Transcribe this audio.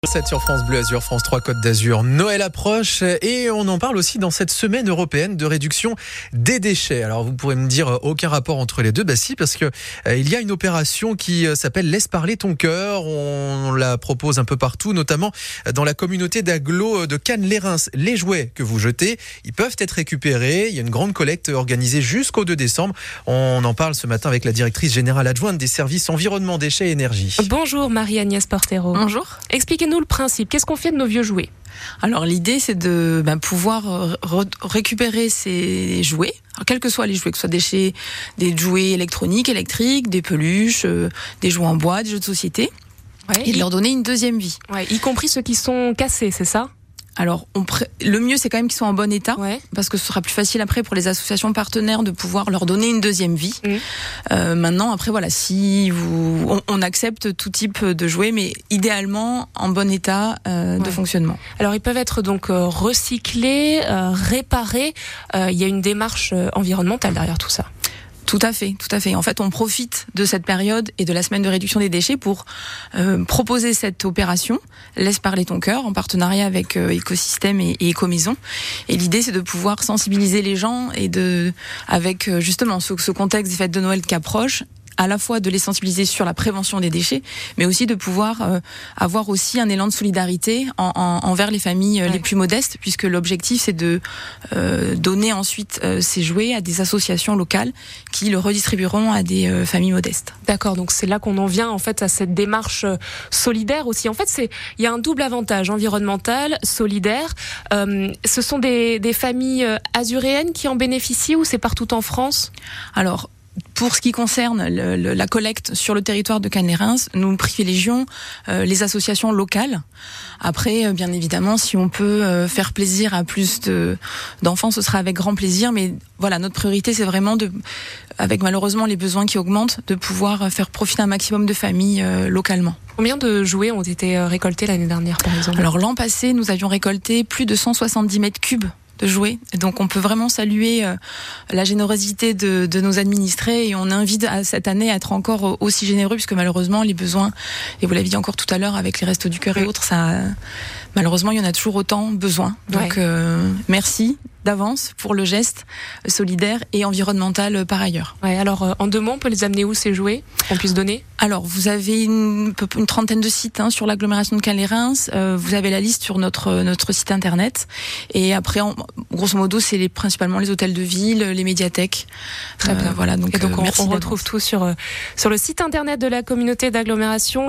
7 sur France Bleu Azur, France 3 Côte d'Azur. Noël approche et on en parle aussi dans cette semaine européenne de réduction des déchets. Alors vous pourrez me dire aucun rapport entre les deux. Bah si, parce que il y a une opération qui s'appelle Laisse parler ton cœur. On la propose un peu partout, notamment dans la communauté d'agglo de Cannes-les-Reims. Les jouets que vous jetez, ils peuvent être récupérés. Il y a une grande collecte organisée jusqu'au 2 décembre. On en parle ce matin avec la directrice générale adjointe des services environnement, déchets et énergie. Bonjour Marie-Agnès Portero. Bonjour. Expliquez-nous le principe. Qu'est-ce qu'on fait de nos vieux jouets ? Alors l'idée c'est de pouvoir récupérer ces jouets, alors, quels que soient les jouets, que ce soit des jouets électroniques, électriques, des peluches, des jouets en bois, des jeux de société, et de leur donner une deuxième vie. Ouais, y compris ceux qui sont cassés, c'est ça ? Alors, le mieux, c'est quand même qu'ils soient en bon état, parce que ce sera plus facile après pour les associations partenaires de pouvoir leur donner une deuxième vie. Maintenant, après, voilà, on accepte tout type de jouets, mais idéalement en bon état de fonctionnement. Alors, ils peuvent être donc recyclés, réparés. Il y a une démarche environnementale derrière tout ça. Tout à fait. En fait, on profite de cette période et de la semaine de réduction des déchets pour proposer cette opération Laisse parler ton cœur en partenariat avec Écosystème et Écomaison. Et l'idée, c'est de pouvoir sensibiliser les gens et avec justement ce contexte des fêtes de Noël qui approche, à la fois de les sensibiliser sur la prévention des déchets, mais aussi de pouvoir avoir aussi un élan de solidarité envers les familles les plus modestes, puisque l'objectif c'est de donner ensuite ces jouets à des associations locales qui le redistribueront à des familles modestes. D'accord, donc c'est là qu'on en vient en fait à cette démarche solidaire aussi. En fait, il y a un double avantage, environnemental, solidaire. Ce sont des familles azuréennes qui en bénéficient ou c'est partout en France ? Alors, pour ce qui concerne la collecte sur le territoire de Cannes-les-Reims, nous privilégions les associations locales. Après, bien évidemment, si on peut faire plaisir à plus d'enfants, ce sera avec grand plaisir. Mais voilà, notre priorité, c'est vraiment avec malheureusement les besoins qui augmentent, de pouvoir faire profiter un maximum de familles localement. Combien de jouets ont été récoltés l'année dernière, par exemple ? Alors l'an passé, nous avions récolté plus de 170 mètres cubes de jouets. Donc on peut vraiment saluer la générosité de nos administrés et on invite cette année à être encore aussi généreux puisque malheureusement les besoins, et vous l'avez dit encore tout à l'heure avec les Restos du Cœur et autres, malheureusement il y en a toujours autant besoin. Donc merci d'avance pour le geste solidaire et environnemental par ailleurs. Ouais, alors en 2 mots, on peut les amener où ces jouets qu'on puisse donner ? Alors vous avez une trentaine de sites sur l'agglomération de Cannes-les-Reims. Vous avez la liste sur notre site internet. Et après, grosso modo, c'est principalement les hôtels de ville, les médiathèques. Très bien. Voilà. Donc, on retrouve tout sur le site internet de la communauté d'agglomération.